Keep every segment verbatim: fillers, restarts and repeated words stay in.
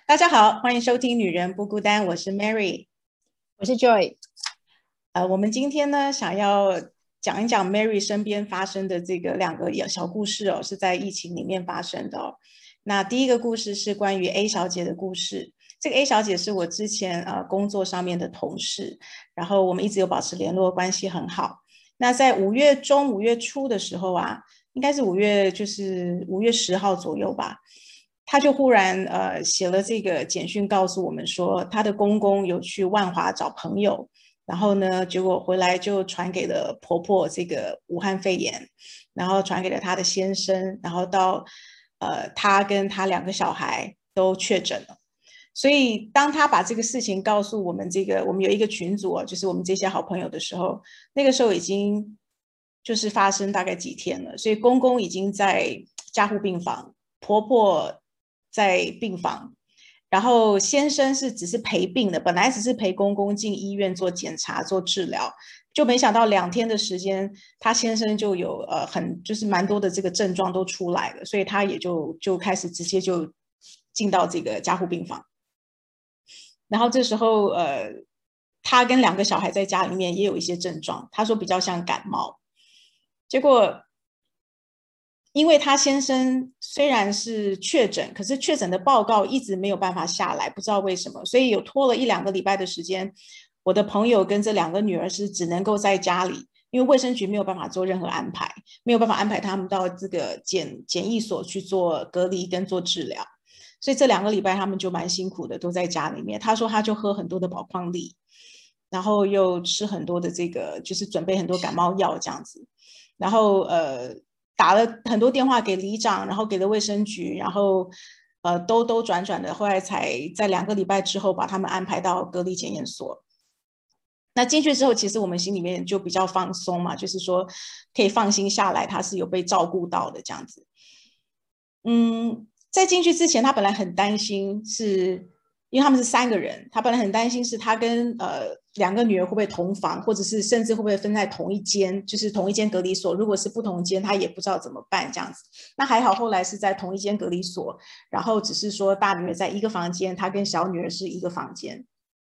大家好，欢迎收听《女人不孤单》，我是 Mary， 我是 Joy。 呃，我们今天呢，想要讲一讲 Mary 身边发生的这个两个小故事哦，是在疫情里面发生的哦。那第一个故事是关于 A 小姐的故事。这个 A 小姐是我之前呃工作上面的同事，然后我们一直有保持联络，关系很好。那在五月中、五月初的时候啊，应该是五月就是五月十号左右吧。他就忽然呃写了这个简讯告诉我们说，他的公公有去万华找朋友，然后呢，结果回来就传给了婆婆这个武汉肺炎，然后传给了他的先生，然后到呃他跟他两个小孩都确诊了。所以当他把这个事情告诉我们这个我们有一个群组、哦、就是我们这些好朋友的时候，那个时候已经就是发生大概几天了，所以公公已经在加护病房，婆婆在病房，然后先生是只是陪病的，本来只是陪公公进医院做检查做治疗，就没想到两天的时间，他先生就有呃很就是蛮多的这个症状都出来了，所以他也就就开始直接就进到这个加护病房。然后这时候呃，他跟两个小孩在家里面也有一些症状，他说比较像感冒。结果因为他先生虽然是确诊，可是确诊的报告一直没有办法下来，不知道为什么，所以有拖了一两个礼拜的时间。我的朋友跟这两个女儿是只能够在家里，因为卫生局没有办法做任何安排，没有办法安排他们到这个检检疫所去做隔离跟做治疗。所以这两个礼拜他们就蛮辛苦的，都在家里面。他说他就喝很多的宝矿力，然后又吃很多的这个，就是准备很多感冒药这样子。然后呃打了很多电话给里长，然后给了卫生局，然后呃兜兜转转的，后来才在两个礼拜之后把他们安排到隔离检验所。那进去之后，其实我们心里面就比较放松嘛，就是说可以放心下来，他是有被照顾到的这样子。嗯，在进去之前，他本来很担心是，因为他们是三个人，他本来很担心是他跟呃两个女儿会不会同房，或者是甚至会不会分在同一间，就是同一间隔离所。如果是不同间，他也不知道怎么办这样子。那还好，后来是在同一间隔离所，然后只是说大女儿在一个房间，他跟小女儿是一个房间。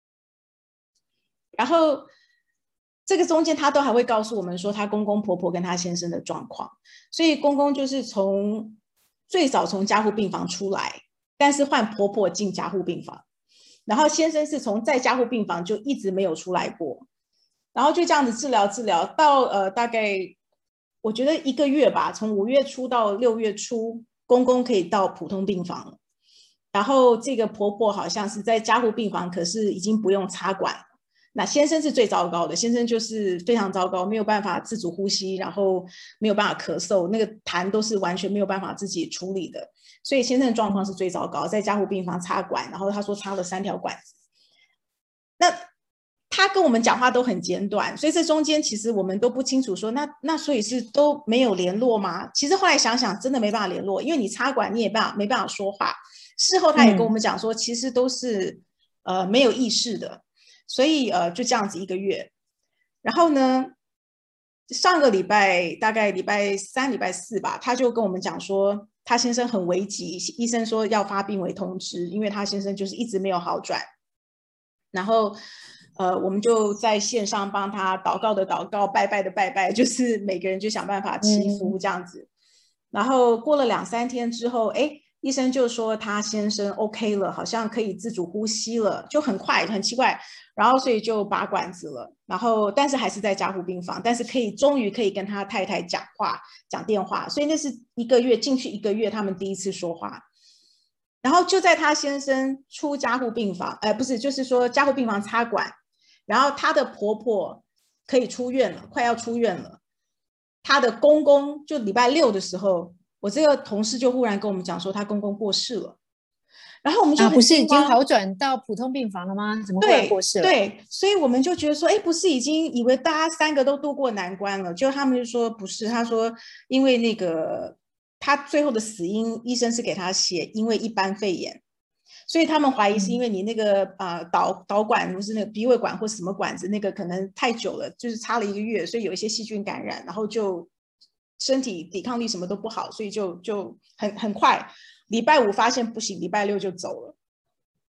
然后这个中间他都还会告诉我们说他公公婆婆跟他先生的状况，所以公公就是从最早从加护病房出来，但是换婆婆进加护病房，然后先生是从在加护病房就一直没有出来过，然后就这样子治疗治疗到呃大概我觉得一个月吧，从五月初到六月初，公公可以到普通病房了，然后这个婆婆好像是在加护病房，可是已经不用插管了。那先生是最糟糕的，先生就是非常糟糕，没有办法自主呼吸，然后没有办法咳嗽，那个痰都是完全没有办法自己处理的，所以先生的状况是最糟糕，在加护病房插管，然后他说插了三条管子。那他跟我们讲话都很简短，所以这中间其实我们都不清楚说，那那所以是都没有联络吗？其实后来想想，真的没办法联络，因为你插管你也办法没办法说话。事后他也跟我们讲说，其实都是呃没有意识的。所以呃就这样子一个月，然后呢，上个礼拜大概礼拜三、礼拜四吧，他就跟我们讲说，他先生很危急，医生说要发病危通知，因为他先生就是一直没有好转。然后呃，我们就在线上帮他祷告的祷告，拜拜的拜拜，就是每个人就想办法祈福这样子。然后过了两三天之后，哎。医生就说他先生 OK 了，好像可以自主呼吸了，就很快，很奇怪。然后所以就拔管子了，然后但是还是在加护病房，但是可以终于可以跟他太太讲话讲电话，所以那是一个月进去一个月他们第一次说话。然后就在他先生出加护病房，呃，不是，就是说加护病房插管，然后他的婆婆可以出院了，快要出院了，他的公公就礼拜六的时候。我这个同事就忽然跟我们讲说，他公公过世了，然后我们就啊，不是已很惊慌， 经好转到普通病房了吗？怎么忽然过对世了？ 对，所以我们就觉得说，哎，不是已经以为大家三个都渡过难关了，就他们就说不是，他说因为那个他最后的死因，医生是给他写因为一般肺炎，所以他们怀疑是因为你那个啊、呃、导导管不是那个鼻胃管或什么管子那个可能太久了，就是插了一个月，所以有一些细菌感染，然后就身体抵抗力什么都不好，所以就就很很快，礼拜五发现不行，礼拜六就走了。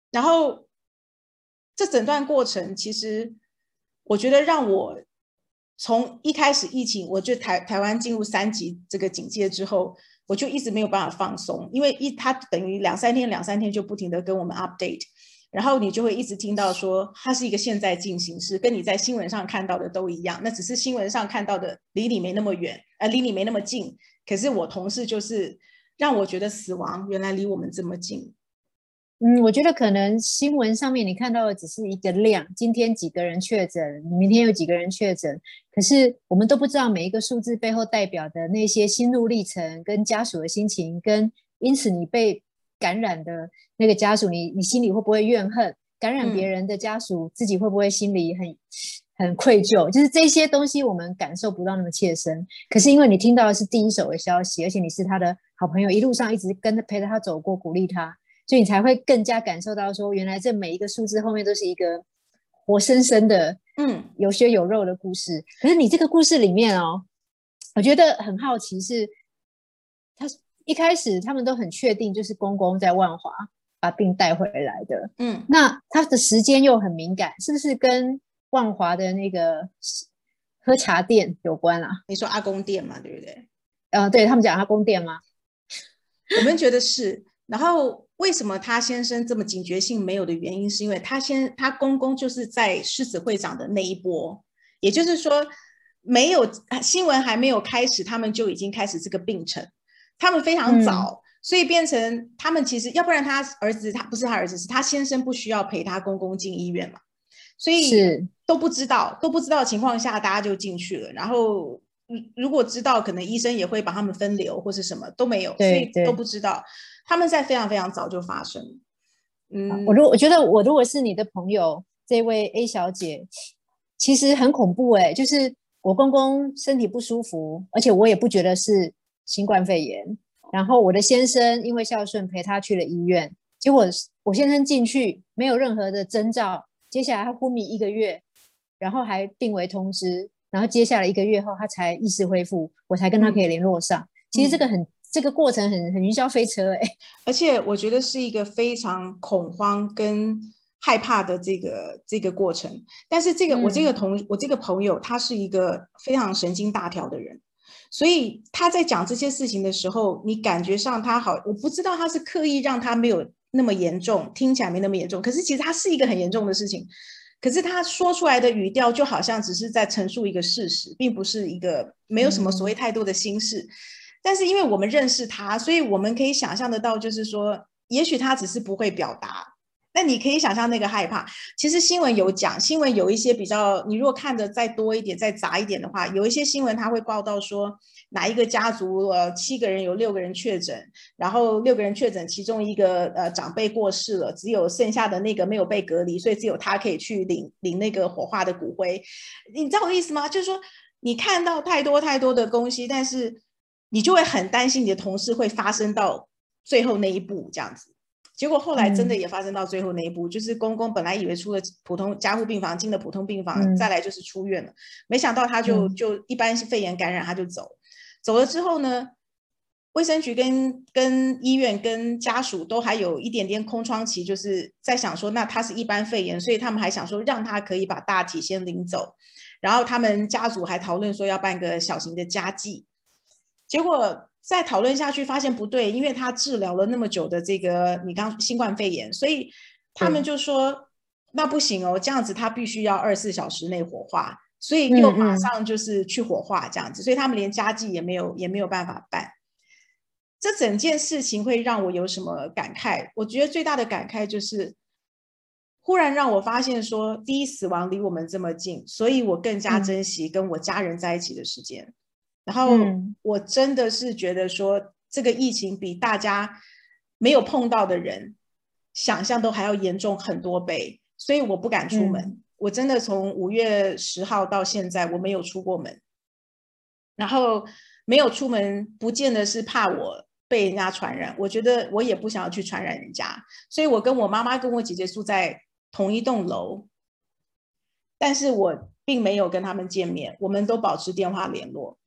然后这整段过程其实我觉得让我从一开始疫情，我就台台湾进入三级这个警戒之后，我就一直没有办法放松，因为一它等于两三天两三天就不停的跟我们 update， 然后你就会一直听到说它是一个现在进行式，跟你在新闻上看到的都一样，那只是新闻上看到的离你没那么远，呃，离你没那么近，可是我同事就是让我觉得死亡原来离我们这么近。 嗯，我觉得可能新闻上面你看到的只是一个量，今天几个人确诊，明天有几个人确诊，可是我们都不知道每一个数字背后代表的那些心路历程，跟家属的心情，跟因此你被感染的那个家属，你你心里会不会怨恨？感染别人的家属，嗯、自己会不会心里很很愧疚？就是这些东西我们感受不到那么切身，可是因为你听到的是第一手的消息，而且你是他的好朋友，一路上一直跟着陪着他走过，鼓励他。所以你才会更加感受到说，原来这每一个数字后面都是一个活生生的，嗯，有血有肉的故事。可是你这个故事里面哦，我觉得很好奇是，他一开始他们都很确定，就是公公在万华把病带回来的，嗯，那他的时间又很敏感，是不是跟万华的那个喝茶店有关啊？ 你说阿公店嘛，对不对？ 呃，对他们讲阿公店吗？ 我们觉得是。然后为什么他先生这么警觉性没有的原因，是因为他先他公公就是在狮子会长的那一波，也就是说没有新闻还没有开始，他们就已经开始这个病程，他们非常早、嗯、所以变成他们其实要不然他儿子他不是他儿子是他先生不需要陪他公公进医院嘛，所以都不知道都不知道的情况下大家就进去了，然后如果知道可能医生也会把他们分流或是什么都没有，所以都不知道，他们在非常非常早就发生。 嗯，我如我觉得我如果是你的朋友，这位 A 小姐其实很恐怖哎、欸，就是我公公身体不舒服，而且我也不觉得是新冠肺炎，然后我的先生因为孝顺陪他去了医院，结果我先生进去没有任何的征兆，接下来他昏迷一个月，然后还病危通知，然后接下来一个月后他才意识恢复，我才跟他可以联络上、嗯、其实这个很、嗯、这个过程很很云霄飞车哎、欸， 而且我觉得是一个非常恐慌跟害怕的这个这个过程，但是这个、嗯、我这个同我这个朋友他是一个非常神经大条的人，所以他在讲这些事情的时候，你感觉上他好，我不知道他是刻意让他没有那么严重，听起来没那么严重，可是其实他是一个很严重的事情，可是他说出来的语调就好像只是在陈述一个事实，并不是一个没有什么所谓太多的心事、嗯、但是因为我们认识他，所以我们可以想象得到，就是说也许他只是不会表达，那你可以想象那个害怕。其实新闻有讲，新闻有一些比较，你如果看的再多一点再杂一点的话，有一些新闻他会报道说哪一个家族呃七个人有六个人确诊，然后六个人确诊其中一个呃长辈过世了，只有剩下的那个没有被隔离，所以只有他可以去领领那个火化的骨灰。你知道我的意思吗？就是说你看到太多太多的东西，但是你就会很担心你的同事会发生到最后那一步这样子。结果后来真的也发生到最后那一步、嗯、就是公公本来以为出了普通加护病房，进了普通病房、嗯、再来就是出院了，没想到他就、嗯、就一般肺炎感染他就走走了之后呢，卫生局跟跟医院跟家属都还有一点点空窗期，就是在想说那他是一般肺炎，所以他们还想说让他可以把大体先领走，然后他们家族还讨论说要办个小型的家祭，结果再讨论下去发现不对，因为他治疗了那么久的这个你刚新冠肺炎，所以他们就说那不行哦，这样子他必须要二十四小时内火化，所以又马上就是去火化这样子、嗯嗯、所以他们连家祭也没有也没有办法办。这整件事情会让我有什么感慨？我觉得最大的感慨就是忽然让我发现说，第一，死亡离我们这么近，所以我更加珍惜跟我家人在一起的时间、嗯，然后我真的是觉得说这个疫情比大家没有碰到的人想象都还要严重很多倍，所以我不敢出门、嗯、我真的从五月十号到现在我没有出过门，然后没有出门不见得是怕我被人家传染，我觉得我也不想要去传染人家，所以我跟我妈妈跟我姐姐住在同一栋楼，但是我并没有跟他们见面，我们都保持电话联络。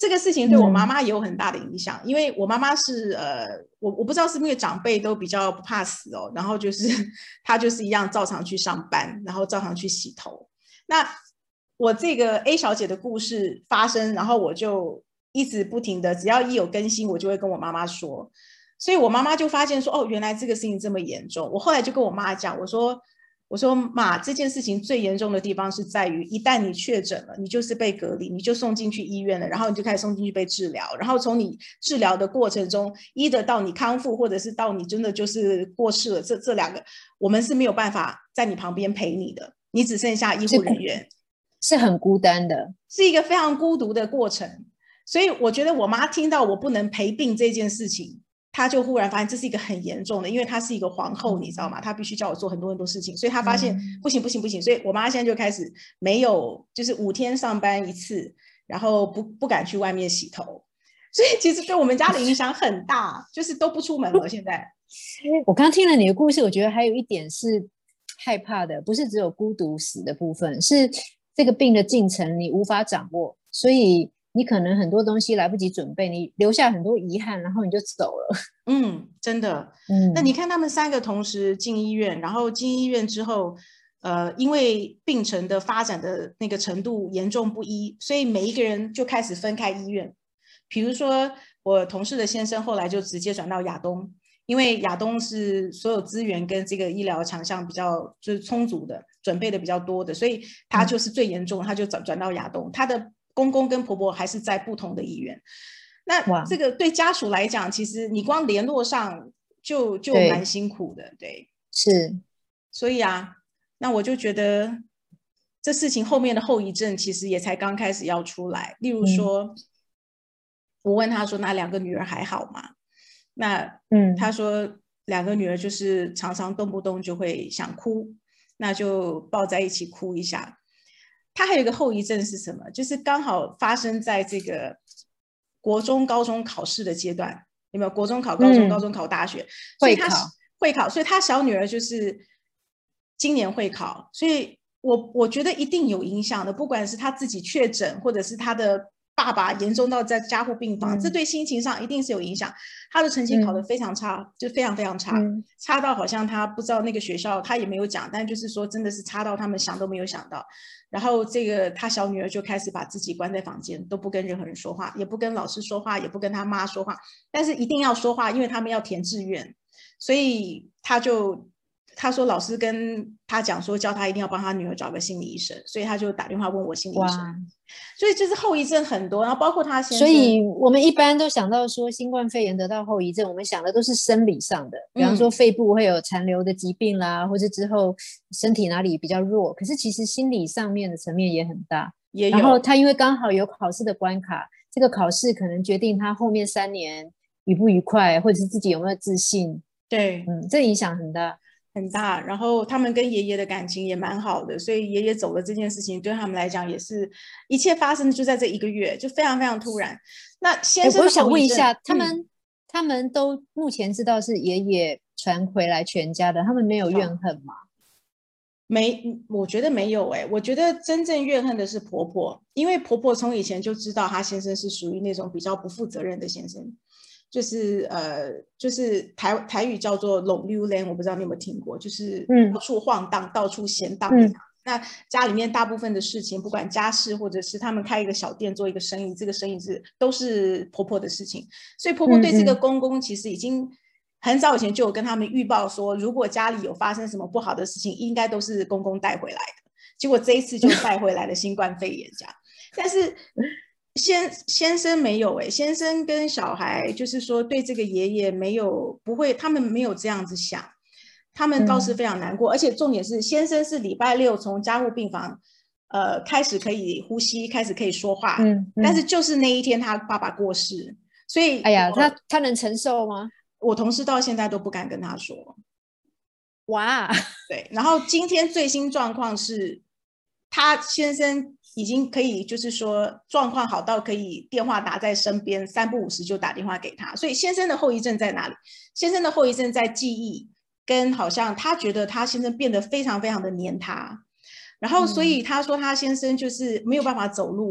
这个事情对我妈妈也有很大的影响，嗯、因为我妈妈是呃，我我不知道是不是因为长辈都比较不怕死哦，然后就是她就是一样照常去上班，然后照常去洗头。那我这个 A 小姐的故事发生，然后我就一直不停的，只要一有更新，我就会跟我妈妈说，所以我妈妈就发现说，哦，原来这个事情这么严重。我后来就跟我妈讲，我说。我说妈，这件事情最严重的地方是在于，一旦你确诊了，你就是被隔离，你就送进去医院了，然后你就开始送进去被治疗，然后从你治疗的过程中，一的到你康复，或者是到你真的就是过世了，这这两个我们是没有办法在你旁边陪你的，你只剩下医护人员， 是, 是很孤单的， 是一个非常孤独的过程。所以我觉得我妈听到我不能陪病这件事情，他就忽然发现这是一个很严重的，因为她是一个皇后，你知道吗？她必须叫我做很多很多事情，所以她发现、嗯、不行不行不行，所以我妈现在就开始没有，就是五天上班一次，然后不不敢去外面洗头，所以其实对我们家的影响很大，就是都不出门了。现在我刚听了你的故事，我觉得还有一点是害怕的，不是只有孤独死的部分，是这个病的进程你无法掌握，所以你可能很多东西来不及准备，你留下很多遗憾，然后你就走了。 嗯，真的。嗯，那你看他们三个同时进医院，然后进医院之后，呃，因为病程的发展的那个程度严重不一，所以每一个人就开始分开医院。比如说我同事的先生后来就直接转到亚东，因为亚东是所有资源跟这个医疗强项比较就是充足的，准备的比较多的，所以他就是最严重，嗯、他就转转到亚东，他的公公跟婆婆还是在不同的医院。那这个对家属来讲，其实你光联络上就就蛮辛苦的， 对, 对， 是。 所以啊，那我就觉得这事情后面的后遗症其实也才刚开始要出来。例如说，嗯、我问他说：“那两个女儿还好吗？”那嗯，他说两个女儿就是常常动不动就会想哭，那就抱在一起哭一下。他还有一个后遗症是什么？就是刚好发生在这个国中、高中考试的阶段，有没有？国中考高中，嗯、高中考大学，所以他会考， 会考，所以他小女儿就是今年会考，所以我我觉得一定有影响的，不管是他自己确诊，或者是他的爸爸严重到在加护病房，嗯、这对心情上一定是有影响。他的成绩考得非常差，嗯、就非常非常差，嗯、差到好像他不知道那个学校，他也没有讲，但就是说真的是差到他们想都没有想到。然后这个他小女儿就开始把自己关在房间，都不跟任何人说话，也不跟老师说话，也不跟他妈说话，但是一定要说话，因为他们要填志愿，所以他就他说老师跟他讲说叫他一定要帮他女儿找个心理医生，所以他就打电话问我心理医生。所以就是后遗症很多，然后包括他先生。 所以我们一般都想到说新冠肺炎得到后遗症，我们想的都是生理上的，比方说肺部会有残留的疾病啦，嗯、或者之后身体哪里比较弱，可是其实心理上面的层面也很大， 也有。 然后他因为刚好有考试的关卡，这个考试可能决定他后面三年愉不愉快，或者是自己有没有自信。 对， 嗯，这影响很大。 很大，然后他们跟爷爷的感情也蛮好的，所以爷爷走了这件事情对他们来讲也是一切发生就在这一个月，就非常非常突然。那先生的后遗症， 我想问一下，他们、 嗯、 他们都目前知道是爷爷传回来全家的，他们没有怨恨吗？ 没，我觉得没有哎、欸，我觉得真正怨恨的是婆婆，因为婆婆从以前就知道她先生是属于那种比较不负责任的先生。就是呃，就是台台语叫做拢溜连，我不知道你有没有听过，就是到处晃荡、嗯、到处闲荡、嗯。那家里面大部分的事情，不管家事或者是他们开一个小店做一个生意，这个生意是都是婆婆的事情。所以婆婆对这个公公其实已经很早以前就有跟他们预报说，如果家里有发生什么不好的事情，应该都是公公带回来的。结果这一次就带回来了新冠肺炎这样，但是。先先生没有哎、欸，先生跟小孩就是说对这个爷爷没有不会，他们没有这样子想，他们倒是非常难过，嗯、而且重点是先生是礼拜六从加护病房呃开始可以呼吸，开始可以说话，嗯嗯、但是就是那一天他爸爸过世，所以哎呀，他他能承受吗？ 我同事到现在都不敢跟他说。 哇， 对，然后今天最新状况是，他先生。已经可以就是说状况好到可以电话打在身边，三不五时就打电话给他。所以先生的后遗症在哪里？先生的后遗症在记忆跟好像他觉得他先生变得非常非常的黏他，然后所以他说他先生就是没有办法走路，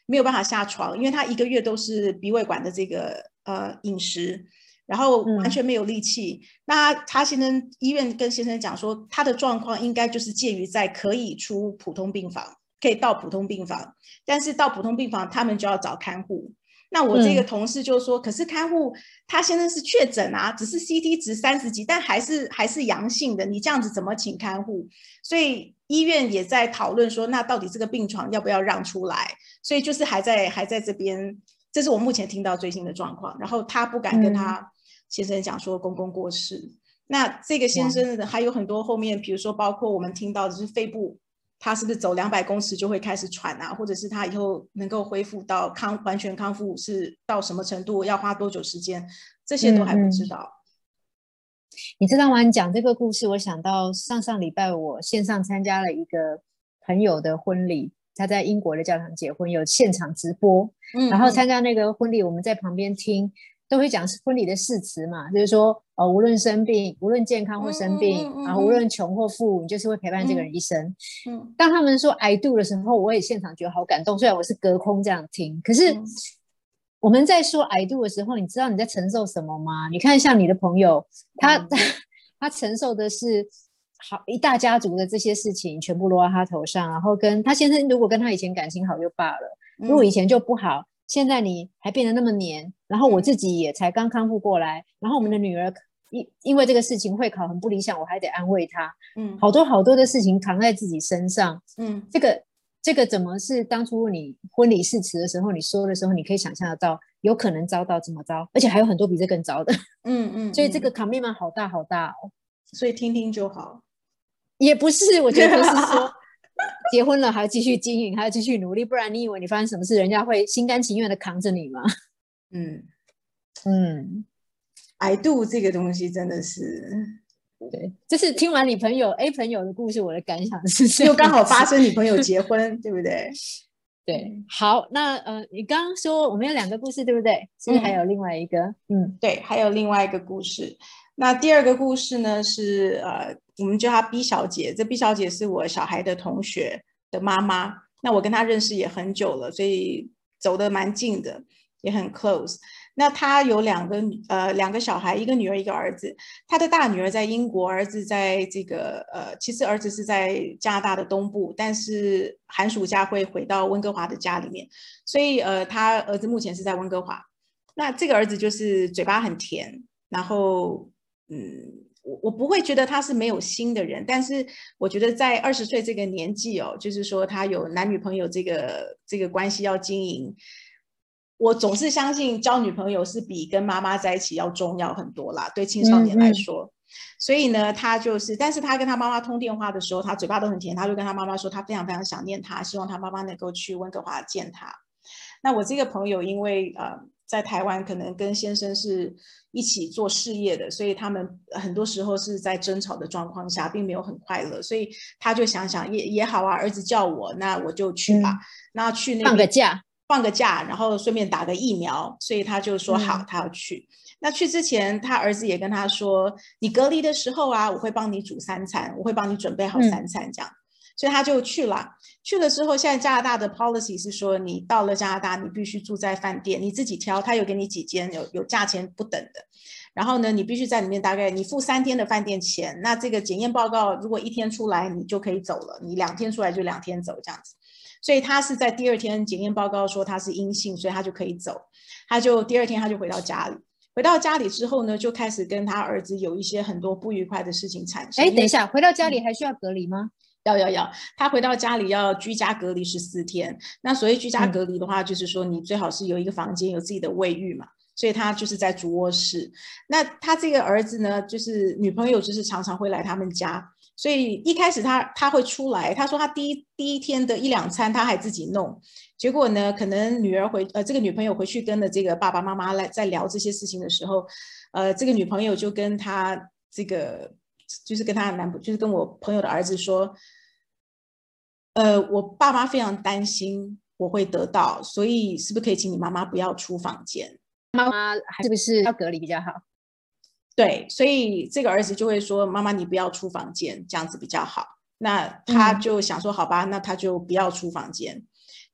没有办法下床，因为他一个月都是鼻胃管的这个呃饮食，然后完全没有力气。嗯、那他先生医院跟先生讲说，他的状况应该就是介于在可以出普通病房，可以到普通病房，但是到普通病房他们就要找看护。那我这个同事就说、嗯、可是看护他现在是确诊啊，只是 C T 值三十几，但还是还是阳性的，你这样子怎么请看护？所以医院也在讨论说，那到底这个病床要不要让出来？所以就是还在还在这边，这是我目前听到最新的状况。然后他不敢跟他先生讲说公公过世、嗯、那这个先生还有很多后面，比如说包括我们听到的是肺部，他是不是走两百公尺就会开始喘啊？或者是他以后能够恢复到康完全康复是到什么程度，要花多久时间？这些都还不知道。嗯嗯， 你知道吗？你讲这个故事，我想到上上礼拜我线上参加了一个朋友的婚礼，他在英国的教堂结婚，有现场直播。嗯嗯，然后参加那个婚礼，我们在旁边听，都会讲婚礼的誓词嘛，就是说，呃，无论生病，无论健康或生病，嗯嗯嗯嗯，然后无论穷或富，你就是会陪伴这个人一生。嗯嗯，当他们说 I do 的时候，我也现场觉得好感动，虽然我是隔空这样听，可是。嗯，我们在说 I do 的时候，你知道你在承受什么吗？你看像你的朋友，他、嗯、他承受的是好一大家族的这些事情全部落在他头上，然后跟他先生如果跟他以前感情好就罢了，如果以前就不好，嗯、现在你还变得那么黏，然后我自己也才刚康复过来，然后我们的女儿因因为这个事情会考很不理想，我还得安慰她，嗯，好多好多的事情扛在自己身上，嗯，这个这个怎么是当初你婚礼誓词的时候你说的时候，你可以想象得到有可能遭到这么糟，而且还有很多比这更糟的，嗯 嗯, 嗯，所以这个 commitment 好大好大哦， 所以听听就好， 也不是，我觉得是说结婚了还要继续经营，还要继续努力，不然你以为你发生什么事，人家会心甘情愿的扛着你吗？ 嗯嗯 ，I do 这个东西真的是。 对，就是听完你朋友 A 朋友的故事，我的感想是这样，又刚好发生你朋友结婚，对不对？ 对，好，那呃，你刚刚说我们有两个故事，对不对？是不是还有另外一个？ 嗯，嗯对，还有另外一个故事。那第二个故事呢是呃，我们叫她 B 小姐，这 B 小姐是我小孩的同学的妈妈。那我跟她认识也很久了，所以走得蛮近的，也很 close。那他有两个呃两个小孩，一个女儿一个儿子。他的大女儿在英国，儿子在这个呃，其实儿子是在加拿大的东部，但是寒暑假会回到温哥华的家里面，所以呃，他儿子目前是在温哥华。那这个儿子就是嘴巴很甜，然后嗯，我我不会觉得他是没有心的人，但是我觉得在二十岁这个年纪哦，就是说他有男女朋友这个这个关系要经营。我总是相信交女朋友是比跟妈妈在一起要重要很多啦，对青少年来说。嗯嗯，所以呢，他就是，但是他跟他妈妈通电话的时候，他嘴巴都很甜，他就跟他妈妈说，他非常非常想念他，希望他妈妈能够去温哥华见他。那我这个朋友因为呃在台湾可能跟先生是一起做事业的，所以他们很多时候是在争吵的状况下，并没有很快乐，所以他就想想也也好啊，儿子叫我，那我就去吧。嗯、那去那边放个假。 放个假，然后顺便打个疫苗，所以他就说好，他要去。嗯、那去之前，他儿子也跟他说：“你隔离的时候啊，我会帮你煮三餐，我会帮你准备好三餐，这样。嗯”所以他就去了。去了之后，现在加拿大的 policy 是说，你到了加拿大，你必须住在饭店，你自己挑，他有给你几间，有有价钱不等的。然后呢，你必须在里面大概你付三天的饭店钱，那这个检验报告如果一天出来，你就可以走了；你两天出来就两天走这样子。所以他是在第二天检验报告说他是阴性，所以他就可以走。他就第二天他就回到家里，回到家里之后呢，就开始跟他儿子有一些很多不愉快的事情产生。 哎，等一下，回到家里还需要隔离吗？ 嗯、要要要，他回到家里要居家隔离十四天。那所谓居家隔离的话，嗯、就是说你最好是有一个房间，有自己的卫浴嘛。所以他就是在主卧室。那他这个儿子呢，就是女朋友就是常常会来他们家。所以一开始他他会出来，他说他第一第一天的一两餐他还自己弄，结果呢，可能女儿回呃这个女朋友回去跟了这个爸爸妈妈来在聊这些事情的时候，呃这个女朋友就跟他这个就是跟他的男朋就是跟我朋友的儿子说，呃我爸妈非常担心我会得到，所以是不是可以请你妈妈不要出房间？ 妈妈是不是要隔离比较好？ 对，所以这个儿子就会说：“妈妈，你不要出房间，这样子比较好。”那他就想说：“好吧，那他就不要出房间。”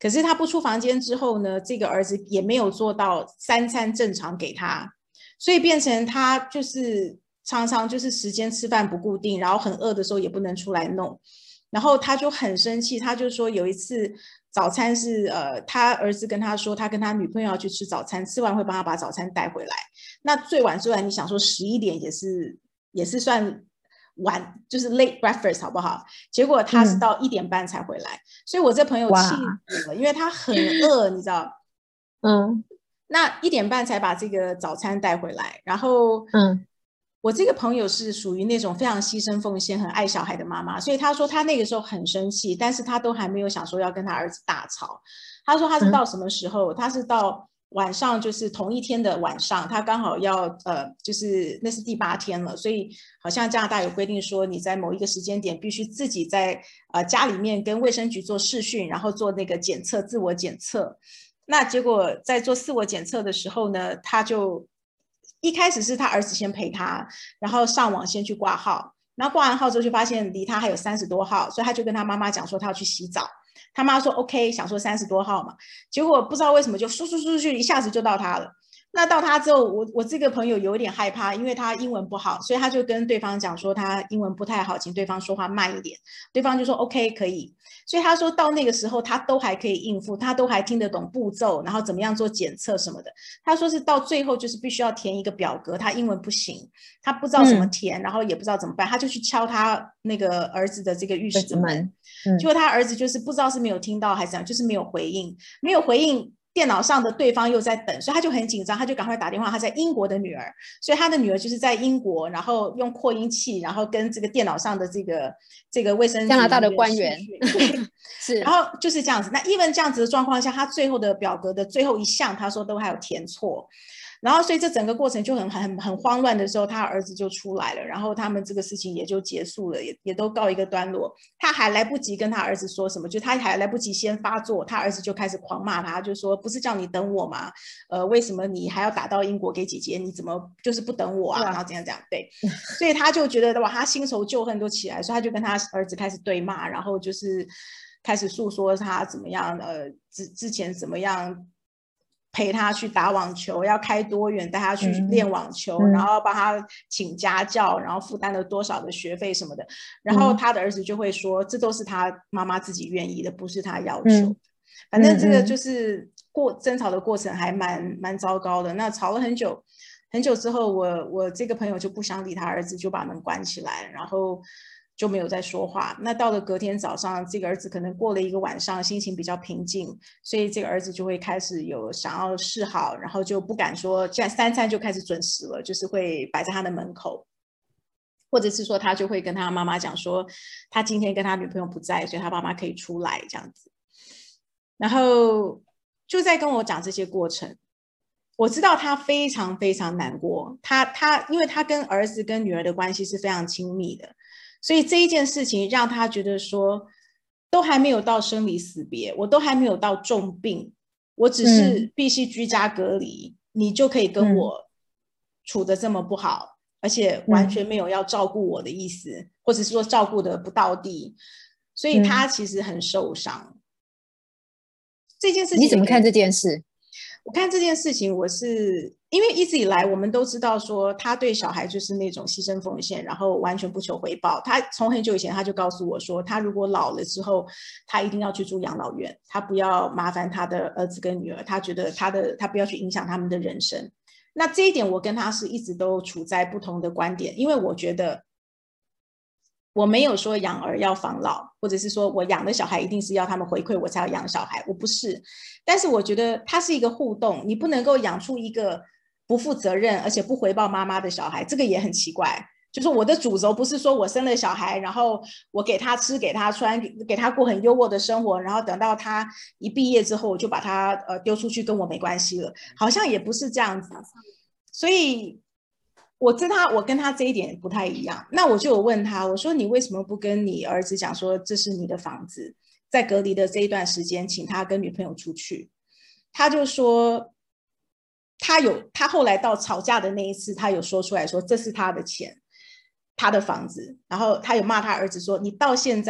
可是他不出房间之后呢，这个儿子也没有做到三餐正常给他，所以变成他就是常常就是时间吃饭不固定，然后很饿的时候也不能出来弄，然后他就很生气，他就说有一次早餐是呃，他儿子跟他说他跟他女朋友要去吃早餐，吃完会帮他把早餐带回来。那最晚最晚你想说十一点也是也是算晚，就是 late breakfast 好不好？结果他是到一点半才回来，嗯、所以我这朋友气死了，因为他很饿，你知道？ 嗯， 那一点半才把这个早餐带回来，然后嗯。我这个朋友是属于那种非常牺牲奉献、很爱小孩的妈妈，所以他说他那个时候很生气，但是他都还没有想说要跟他儿子大吵。他说他是到什么时候？嗯、他是到晚上，就是同一天的晚上，他刚好要呃，就是那是第八天了，所以好像加拿大有规定说，你在某一个时间点必须自己在呃家里面跟卫生局做视讯，然后做那个检测，自我检测。那结果在做自我检测的时候呢，他就。一开始是他儿子先陪他，然后上网先去挂号，然后挂完号之后就发现离他还有三十多号，所以他就跟他妈妈讲说他要去洗澡，他妈说 OK， 想说三十多号嘛，结果不知道为什么就嗖嗖嗖嗖一下子就到他了。那到他之后，我我这个朋友有点害怕，因为他英文不好，所以他就跟对方讲说他英文不太好，请对方说话慢一点。对方就说 OK 可以，所以他说到那个时候他都还可以应付，他都还听得懂步骤，然后怎么样做检测什么的。他说是到最后就是必须要填一个表格，他英文不行，他不知道怎么填，嗯、然后也不知道怎么办，他就去敲他那个儿子的这个浴室的门，嗯、结果他儿子就是不知道是没有听到还是怎样，就是没有回应，没有回应。电脑上的对方又在等，所以他就很紧张，他就赶快打电话他在英国的女儿，所以他的女儿就是在英国，然后用扩音器，然后跟这个电脑上的这个这个卫生加拿大的官员， 是，然后就是这样子。那 even 这样子的状况下，他最后的表格的最后一项，他说都还有填错。然后，所以这整个过程就很很很慌乱的时候，他儿子就出来了，然后他们这个事情也就结束了，也也都告一个段落。他还来不及跟他儿子说什么，就他还来不及先发作，他儿子就开始狂骂他，就说不是叫你等我吗？呃，为什么你还要打到英国给姐姐？你怎么就是不等我啊？然后怎样怎样？对，所以他就觉得哇，他新仇旧恨都起来，所以他就跟他儿子开始对骂，然后就是开始诉说他怎么样，呃，之之前怎么样。陪他去打网球，要开多远带他去练网球，嗯、然后帮他请家教，然后负担了多少的学费什么的。然后他的儿子就会说，这都是他妈妈自己愿意的，不是他要求。嗯、反正这个就是过争吵的过程还蛮蛮糟糕的。那吵了很久很久之后，我我这个朋友就不想理他儿子，就把门关起来，然后。就没有再说话。那到了隔天早上，这个儿子可能过了一个晚上，心情比较平静，所以这个儿子就会开始有想要示好，然后就不敢说，现在三餐就开始准时了，就是会摆在他的门口，或者是说他就会跟他妈妈讲说，他今天跟他女朋友不在，所以他妈妈可以出来这样子。然后就在跟我讲这些过程。我知道他非常非常难过，他他因为他跟儿子跟女儿的关系是非常亲密的。所以这一件事情让他觉得说，都还没有到生离死别，我都还没有到重病，我只是必须居家隔离，嗯、你就可以跟我处得这么不好，嗯、而且完全没有要照顾我的意思，嗯、或者是说照顾得不到地，所以他其实很受伤。嗯、这件事情你怎么看这件事？ 我看这件事情，我是因为一直以来我们都知道说他对小孩就是那种牺牲奉献，然后完全不求回报。他从很久以前他就告诉我说，他如果老了之后，他一定要去住养老院，他不要麻烦他的儿子跟女儿，他觉得他的他不要去影响他们的人生。那这一点我跟他是一直都处在不同的观点，因为我觉得我没有说养儿要防老，或者是说我养的小孩一定是要他们回馈我才要养小孩，我不是。但是我觉得它是一个互动，你不能够养出一个不负责任而且不回报妈妈的小孩，这个也很奇怪。就是我的主轴不是说我生了小孩，然后我给他吃给他穿给他过很优渥的生活，然后等到他一毕业之后我就把他呃丢出去跟我没关系了，好像也不是这样子。所以我跟他我跟他这一点不太一样。那我就有问他，我说你为什么不跟你儿子讲说这是你的房子，在隔离的这一段时间请他跟女朋友出去。他就说他有他后来到吵架的那一次他有说出来说这是他的钱他的房子，然后他有骂他儿子说你到现在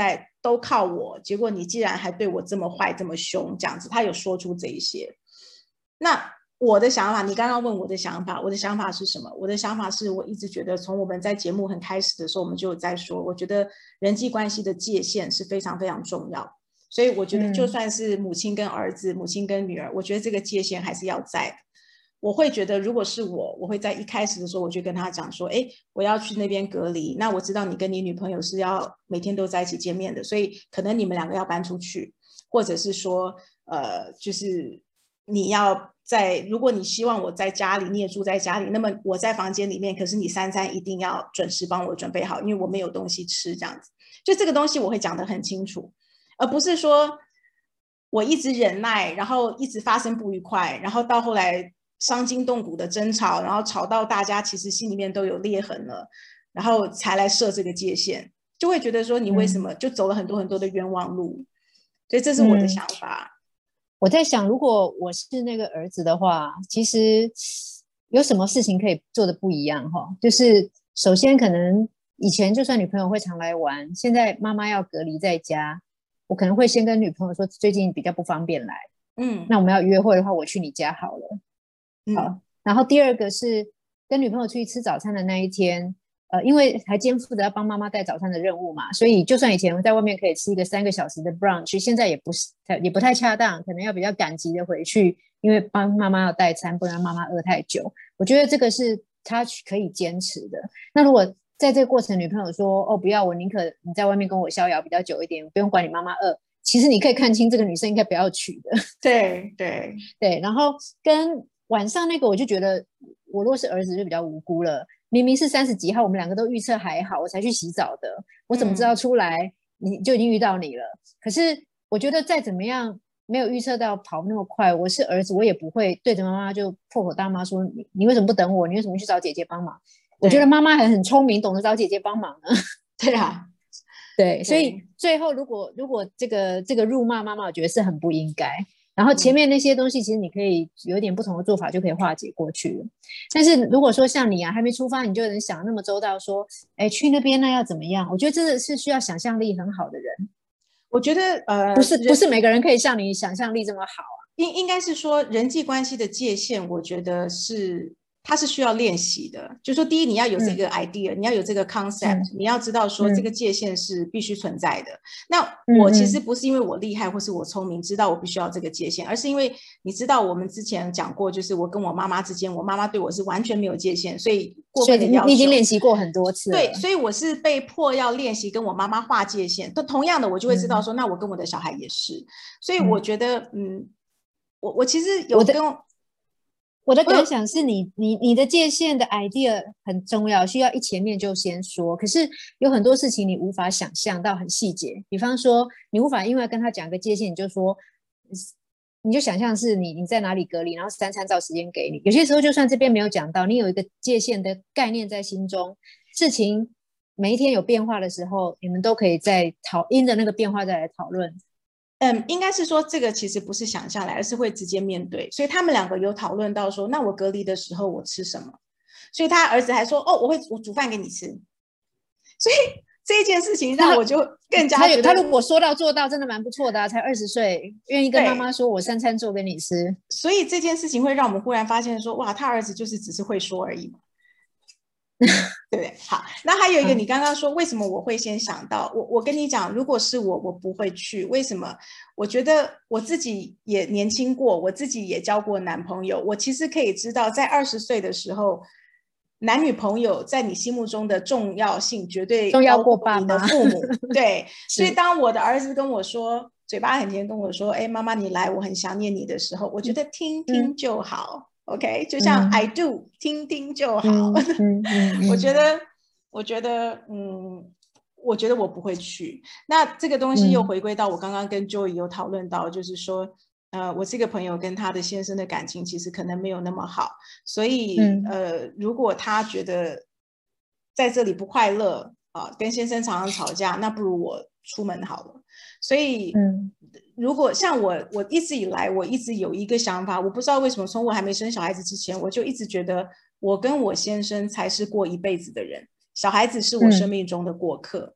都靠我，结果你既然还对我这么坏这么凶这样子，他有说出这一些。那我的想法，你刚刚问我的想法，我的想法是什么？我的想法是我一直觉得从我们在节目很开始的时候我们就有在说，我觉得人际关系的界限是非常非常重要，所以我觉得就算是母亲跟儿子、嗯、母亲跟女儿，我觉得这个界限还是要在的。我会觉得如果是我，我会在一开始的时候我就跟他讲说，哎，我要去那边隔离，那我知道你跟你女朋友是要每天都在一起见面的，所以可能你们两个要搬出去，或者是说呃，就是你要在，如果你希望我在家里，你也住在家里，那么我在房间里面，可是你三餐一定要准时帮我准备好，因为我没有东西吃这样子。就这个东西我会讲得很清楚，而不是说我一直忍耐，然后一直发生不愉快，然后到后来伤筋动骨的争吵，然后吵到大家其实心里面都有裂痕了，然后才来设这个界限，就会觉得说你为什么就走了很多很多的冤枉路。所以这是我的想法。 嗯，我在想，如果我是那个儿子的话，其实有什么事情可以做的不一样哈？就是首先可能以前就算女朋友会常来玩，现在妈妈要隔离在家，我可能会先跟女朋友说最近比较不方便来， 嗯， 那我们要约会的话，我去你家好了。好， 嗯， 然后第二个是跟女朋友出去吃早餐的那一天，呃，因为还肩负着要帮妈妈带早餐的任务嘛，所以就算以前在外面可以吃一个三个小时的 brunch， 现在也不是也不太恰当，可能要比较赶急的回去，因为帮妈妈要带餐，不然妈妈饿太久。我觉得这个是他可以坚持的。那如果在这个过程，女朋友说哦不要，我宁可你在外面跟我逍遥比较久一点，不用管你妈妈饿。其实你可以看清这个女生应该不要娶的。 对对对，然后跟晚上那个我就觉得，我如果是儿子就比较无辜了。明明是三十几号，我们两个都预测还好，我才去洗澡的，我怎么知道出来你就已经遇到你了？可是我觉得再怎么样没有预测到跑那么快，我是儿子，我也不会对着妈妈就破口大骂说你你为什么不等我？你为什么去找姐姐帮忙？我觉得妈妈还很聪明，懂得找姐姐帮忙呢。 对啊， 对，所以最后如果如果这个这个辱骂妈妈，我觉得是很不应该。然后前面那些东西，其实你可以有一点不同的做法，就可以化解过去了。但是如果说像你啊，还没出发，你就能想那么周到，说，哎，去那边那要怎么样？我觉得真的是需要想象力很好的人。 我觉得呃， 不是不是每个人可以像你想象力这么好啊。 应应该是说人际关系的界限，我觉得是它是需要练习的。就是说第一，你要有这个 idea，、嗯、你要有这个 concept，、嗯、你要知道说这个界限是必须存在的。嗯、那我其实不是因为我厉害或是我聪明知道我必须要这个界限，而是因为你知道我们之前讲过，就是我跟我妈妈之间，我妈妈对我是完全没有界限，所以过分的要求， 你已经练习过很多次了。 对，所以我是被迫要练习跟我妈妈划界限。同样的，我就会知道说，嗯、那我跟我的小孩也是。所以我觉得，嗯。我我其实有跟我, 我的感想是你你你的界限的 idea 很重要，需要一前面就先说。可是有很多事情你无法想象到很细节，比方说你无法因为跟他讲个界限，你就说你就想象是你你在哪里隔离，然后三餐照时间给你。有些时候就算这边没有讲到，你有一个界限的概念在心中，事情每一天有变化的时候，你们都可以再讨因着那个变化再来讨论。 嗯，应该是说这个其实不是想象来，而是会直接面对。所以他们两个有讨论到说，那我隔离的时候我吃什么？所以他儿子还说，哦，我会我煮饭给你吃。所以这件事情让我就更加觉得， 他, 他如果说到做到，真的蛮不错的、啊，才二十岁，愿意跟妈妈说我三餐做给你吃。 所以这件事情会让我们忽然发现说，哇，他儿子就是只是会说而已嘛。对不对？好，那还有一个，你刚刚说为什么我会先想到我？我跟你讲，如果是我，我不会去。为什么？我觉得我自己也年轻过，我自己也交过男朋友。我其实可以知道，在二十岁的时候，男女朋友在你心目中的重要性绝对重要过爸妈、 你的父母。对，所以当我的儿子跟我说，嘴巴很甜跟我说：“哎，妈妈你来，我很想念你”的时候，我觉得听听就好。嗯OK， 就像 I do、嗯、听听就好。嗯嗯嗯、我觉得，我觉得，嗯，我觉得我不会去。那这个东西又回归到我刚刚跟 Joey 有讨论到，就是说，呃，我这个朋友跟他的先生的感情其实可能没有那么好，所以，嗯、呃，如果他觉得在这里不快乐啊、呃，跟先生常常吵架，那不如我出门好了。所以，嗯。如果像我，我一直以来我一直有一个想法，我不知道为什么，从我还没生小孩子之前，我就一直觉得我跟我先生才是过一辈子的人，小孩子是我生命中的过客。嗯、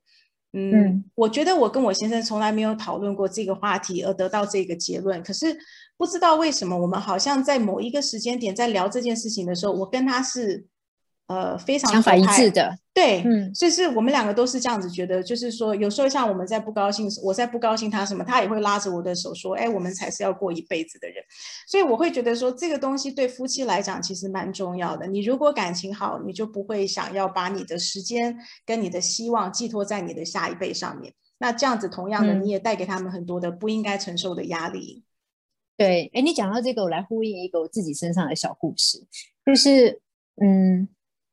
嗯， 嗯我觉得我跟我先生从来没有讨论过这个话题而得到这个结论，可是不知道为什么我们好像在某一个时间点在聊这件事情的时候，我跟他是呃非常想法一致合拍。 的。 对， 嗯所以是我们两个都是这样子觉得，就是说有时候像我们在不高兴，我在不高兴他什么，他也会拉着我的手说，哎，我们才是要过一辈子的人。所以我会觉得说这个东西对夫妻来讲其实蛮重要的，你如果感情好，你就不会想要把你的时间跟你的希望寄托在你的下一辈上面，那这样子同样的你嗯， 也带给他们很多的不应该承受的压力。 对。哎，你讲到这个，我来呼应一个我自己身上的小故事，就是嗯，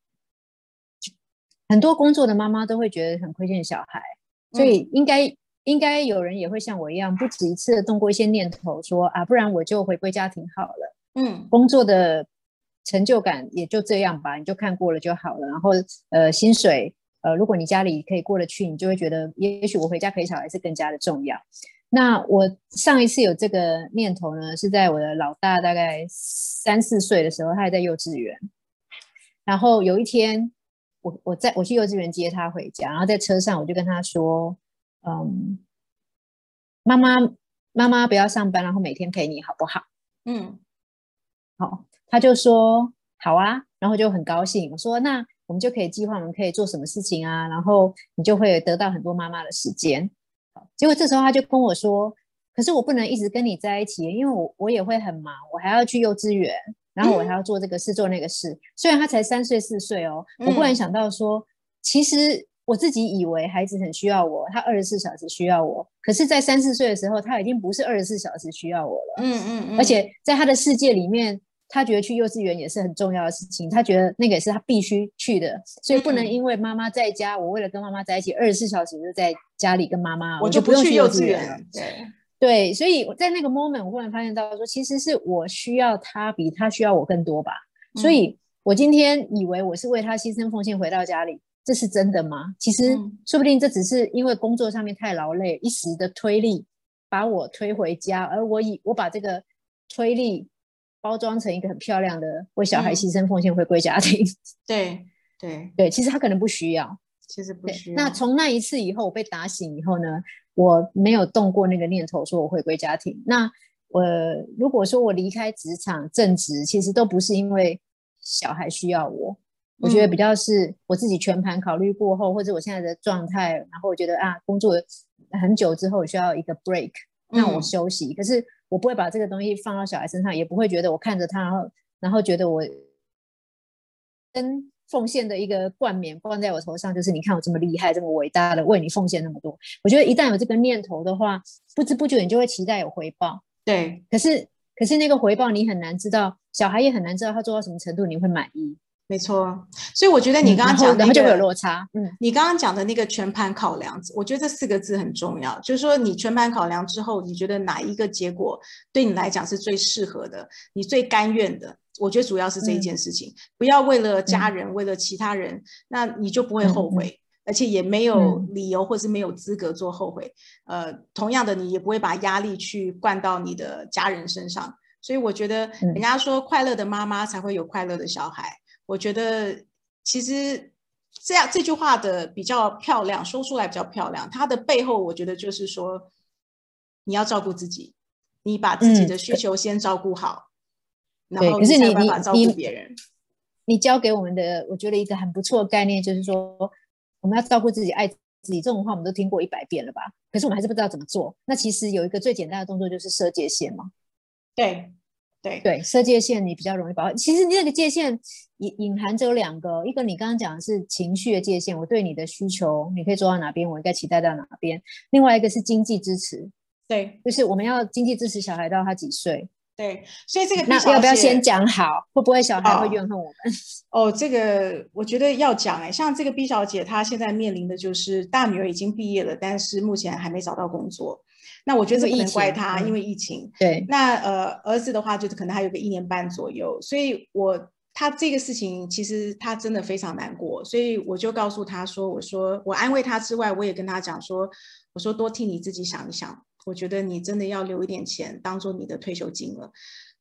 很多工作的妈妈都会觉得很亏欠小孩，所以嗯应该应该有人也会像我一样，不止一次的动过一些念头说，啊，不然我就回归家庭好了， 嗯工作的成就感也就这样吧，你就看过了就好了。然后呃，薪水呃，如果你家里可以过得去，你就会觉得也许我回家陪小孩是更加的重要。那我上一次有这个念头呢，是在我的老大大概三四岁的时候，他还在幼稚园。然后有一天，我我在我去幼稚园接他回家，然后在车上我就跟他说，嗯，妈妈妈妈不要上班，然后每天陪你好不好？ 嗯好，他就说好啊，然后就很高兴。我说那我们就可以计划我们可以做什么事情啊，然后你就会得到很多妈妈的时间。结果这时候他就跟我说，可是我不能一直跟你在一起，因为我我也会很忙，我还要去幼稚园，然后我还要做这个事做那个事。虽然他才三岁四岁哦，我忽然嗯想到说，其实我自己以为孩子很需要我，他二十四小时需要我，可是，在三四岁的时候，他已经不是二十四小时需要我了， 嗯嗯而嗯且在他的世界里面。他觉得去幼稚园也是很重要的事情，他觉得那个也是他必须去的，所以不能因为妈妈在家，我为了跟妈妈在一起，二十四小时就在家里跟妈妈， 我我就不去幼就不用去幼稚园。 稚园了。 对， 对，所以我在那个 moment，我忽然发现到说，其实是我需要他比他需要我更多吧。所嗯以我今天以为我是为他牺牲奉献回到家里，这是真的吗？其实嗯说不定这只是因为工作上面太劳累，一时的推力把我推回家，而我以我把这个推力包装成一个很漂亮的为小孩嗯， 牺牲奉献回归家庭。 对对， 对，其实他可能不需要。 其实不对， 需要。 那从那一次以后，我被打醒以后呢，我没有动过那个念头，说我回归家庭。那我如果说我离开职场正职，其实都不是因为小孩需要我，我觉得比嗯较是我自己全盘考虑过后，或者我现在的状态，然后我觉得啊，工作很久之后我需要一个 break，那我嗯休息。可是我不会把这个东西放到小孩身上，也不会觉得我看着他，然后然后觉得我跟奉献的一个冠冕冠在我头上，就是你看我这么厉害，这么伟大的为你奉献那么多。我觉得一旦有这个念头的话，不知不觉你就会期待有回报。 对， 可是可是那个回报你很难知道，小孩也很难知道他做到什么程度你会满意。 没错。所以我觉得你嗯， 刚刚然后讲那个， 然后就会有落差。嗯你刚刚讲的那个全盘考量，我觉得这四个字很重要。就是说，你全盘考量之后，你觉得哪一个结果对你来讲是最适合的，你最甘愿的？我觉得主要是这一嗯件事情，不要为了家嗯人，为了其他人，那你就不会后嗯嗯悔。而且也没有嗯理由或是没有资格做后悔，呃，同样的，你也不会把压力去灌到你的家人身上。所以我觉得，人嗯家说快乐的妈妈才会有快乐的小孩。我觉得其实这样这句话的比较漂亮，说出来比较漂亮。它的背后，我觉得就是说，你要照顾自己，你把自己嗯， 的需求先照顾好，然对。 后可是你你才有办法照顾你你别人。 你教给我们的，我觉得一个很不错的概念就是说，我们要照顾自己、爱自己，这种话我们都听过一百遍了吧？可是我们还是不知道怎么做。那其实有一个最简单的动作就是设界限嘛。 对对对，设界限你比较容易把握。其实那个界限隐隐含着有两个，一个你刚刚讲的是情绪的界限，我对你的需求，你可以做到哪边，我应该期待到哪边。另外一个是经济支持， 对就是我们要经济支持小孩到他几岁。 对，所以这个 B 那小要不要先姐讲好？会不会小孩会哦怨恨我们？ 哦，这个我觉得要讲哎，像这个 B 小姐，她现在面临的就是大女儿已经毕业了，但是目前还没找到工作。那我觉得这不能怪她，因为疫情。 对， 那呃，儿子的话，就是可能还有个一年半左右，所以我他这个事情其实他真的非常难过，所以我就告诉他说，我说我安慰他之外，我也跟他讲说，我说多替你自己想一想，我觉得你真的要留一点钱当做你的退休金了。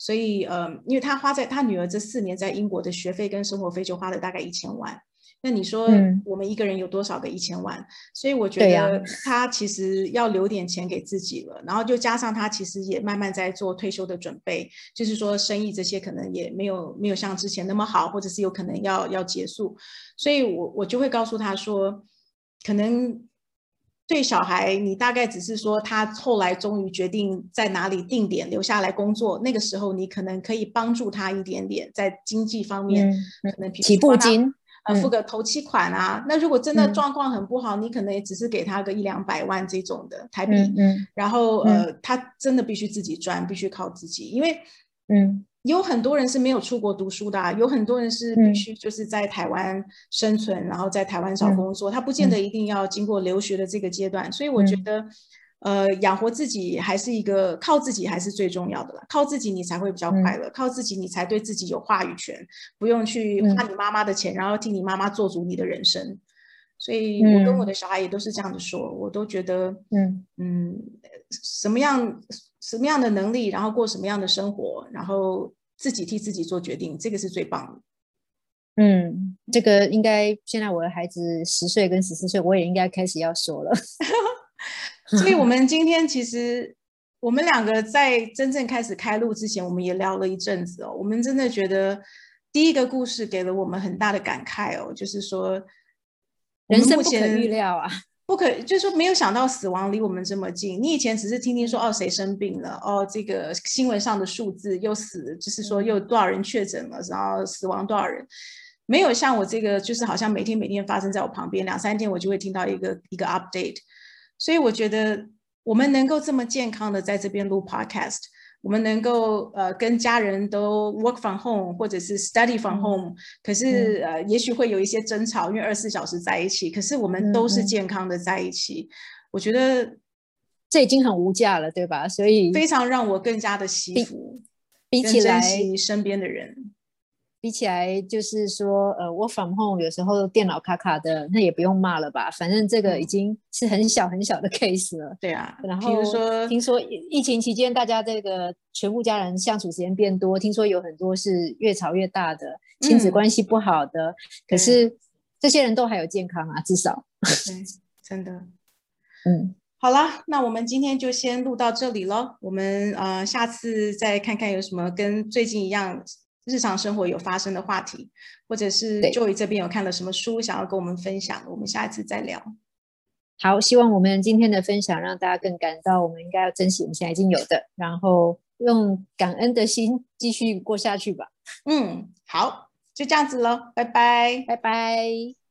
所以呃，因为他花在他女儿这四年在英国的学费跟生活费就花了大概一千万。那你说我们一个人有多少个一千万？嗯、所以我觉得他其实要留点钱给自己了，然后就加上他其实也慢慢在做退休的准备，就是说生意这些可能也没有没有像之前那么好，或者是有可能要要结束，所以我我就会告诉他说，可能对小孩你大概只是说他后来终于决定在哪里定点留下来工作，那个时候你可能可以帮助他一点点在经济方面， 嗯、 可能比如起步金。 呃，付个头期款啊、嗯，那如果真的状况很不好、嗯，你可能也只是给他个一两百万这种的台币， 嗯嗯、 然后呃、嗯，他真的必须自己赚，必须靠自己，因为嗯， 有很多人是没有出国读书的、啊，有很多人是必须就是在台湾生存，嗯、然后在台湾找工作、嗯，他不见得一定要经过留学的这个阶段，所以我觉得。嗯呃，养活自己还是一个靠自己还是最重要的啦，靠自己你才会比较快乐、嗯，靠自己你才对自己有话语权，不用去花你妈妈的钱，嗯、然后替你妈妈做主你的人生。所以我跟我的小孩也都是这样子说，嗯、我都觉得，嗯嗯，什么样什么样的能力，然后过什么样的生活，然后自己替自己做决定，这个是最棒的。 嗯，这个应该现在我的孩子十岁跟十四岁，我也应该开始要说了。 所以我们今天其实我们两个在真正开始开录之前，我们也聊了一阵子哦。我们真的觉得第一个故事给了我们很大的感慨哦，就是说人生不可预料啊， 不可，就是说没有想到死亡离我们这么近。你以前只是听听说哦谁生病了，哦这个新闻上的数字又死，就是说又多少人确诊了，然后死亡多少人。没有像我这个，就是好像每天每天发生在我旁边，两三天我就会听到一个一个 update。所以我觉得我们能够这么健康的在这边录 podcast， 我们能够呃跟家人都 work from home 或者是 study from home，、嗯、可是、嗯、呃也许会有一些争吵，因为二十四小时在一起，可是我们都是健康的在一起。嗯嗯、我觉得这已经很无价了，对吧？所以非常让我更加的惜福， 比起来珍惜身边的人。 比起来就是说呃work from home 有时候电脑卡卡的，那也不用骂了吧，反正这个已经是很小很小的 case 了。 嗯、对啊， 然后听说疫情期间大家这个全部家人相处时间变多，听说有很多是越吵越大的，亲子关系不好的、嗯、可是这些人都还有健康啊，至少对，真的。 嗯， 好啦，那我们今天就先录到这里咯，我们呃下次再看看有什么跟最近一样日常生活有发生的话题，或者是 Joy 这边有看了什么书想要跟我们分享，我们下一次再聊。 好，希望我们今天的分享让大家更感到我们应该要珍惜我们现在已经有的，然后用感恩的心继续过下去吧。 嗯，好，就这样子咯，拜拜， 拜拜。